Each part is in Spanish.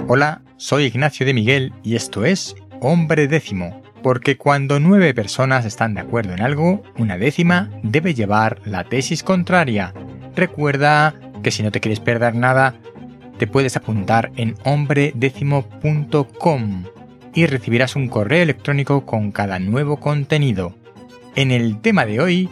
Hola, soy Ignacio de Miguel y esto es Hombre Décimo, porque cuando 9 personas están de acuerdo en algo, una décima debe llevar la tesis contraria. Recuerda que si no te quieres perder nada, te puedes apuntar en hombredécimo.com y recibirás un correo electrónico con cada nuevo contenido. En el tema de hoy,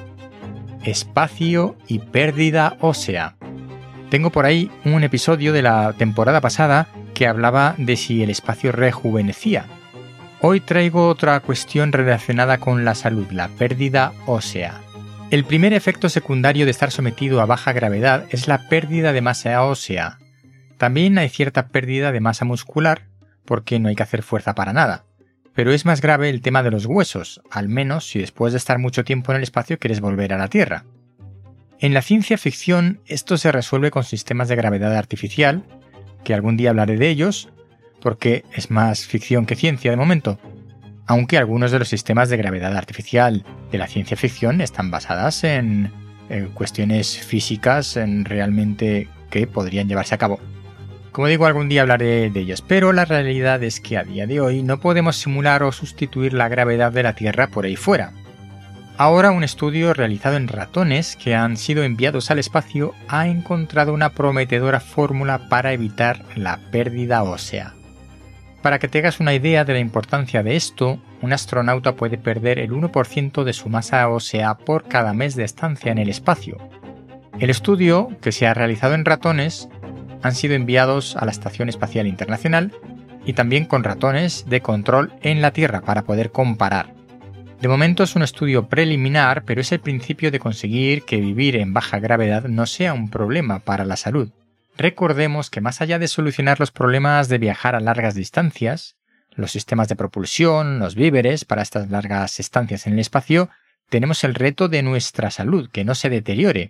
espacio y pérdida ósea. Tengo por ahí un episodio de la temporada pasada que hablaba de si el espacio rejuvenecía. Hoy traigo otra cuestión relacionada con la salud, la pérdida ósea. El primer efecto secundario de estar sometido a baja gravedad es la pérdida de masa ósea. También hay cierta pérdida de masa muscular, porque no hay que hacer fuerza para nada. Pero es más grave el tema de los huesos, al menos si después de estar mucho tiempo en el espacio quieres volver a la Tierra. En la ciencia ficción esto se resuelve con sistemas de gravedad artificial, que algún día hablaré de ellos, porque es más ficción que ciencia de momento, aunque algunos de los sistemas de gravedad artificial de la ciencia ficción están basadas en cuestiones físicas realmente que podrían llevarse a cabo. Como digo, algún día hablaré de ellos, pero la realidad es que a día de hoy no podemos simular o sustituir la gravedad de la Tierra por ahí fuera. Ahora un estudio realizado en ratones que han sido enviados al espacio ha encontrado una prometedora fórmula para evitar la pérdida ósea. Para que te hagas una idea de la importancia de esto, un astronauta puede perder el 1% de su masa ósea por cada mes de estancia en el espacio. El estudio, que se ha realizado en ratones, han sido enviados a la Estación Espacial Internacional y también con ratones de control en la Tierra para poder comparar. De momento es un estudio preliminar, pero es el principio de conseguir que vivir en baja gravedad no sea un problema para la salud. Recordemos que más allá de solucionar los problemas de viajar a largas distancias, los sistemas de propulsión, los víveres para estas largas estancias en el espacio, tenemos el reto de nuestra salud, que no se deteriore.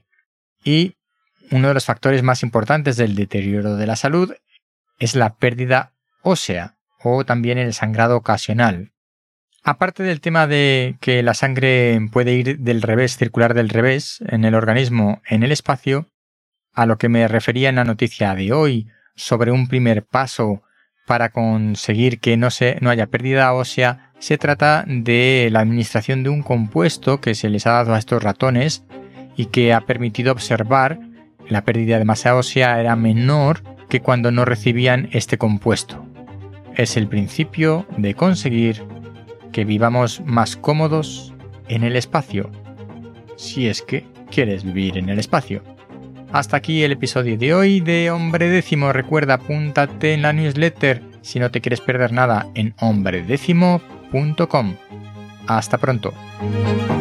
Y uno de los factores más importantes del deterioro de la salud es la pérdida ósea o también el sangrado ocasional. Aparte del tema de que la sangre puede ir del revés, circular del revés en el organismo, en el espacio, a lo que me refería en la noticia de hoy sobre un primer paso para conseguir que no haya pérdida ósea, se trata de la administración de un compuesto que se les ha dado a estos ratones y que ha permitido observar la pérdida de masa ósea era menor que cuando no recibían este compuesto. Es el principio de conseguir que vivamos más cómodos en el espacio, si es que quieres vivir en el espacio. Hasta aquí el episodio de hoy de Hombre Décimo. Recuerda, apúntate en la newsletter si no te quieres perder nada en hombredécimo.com. Hasta pronto.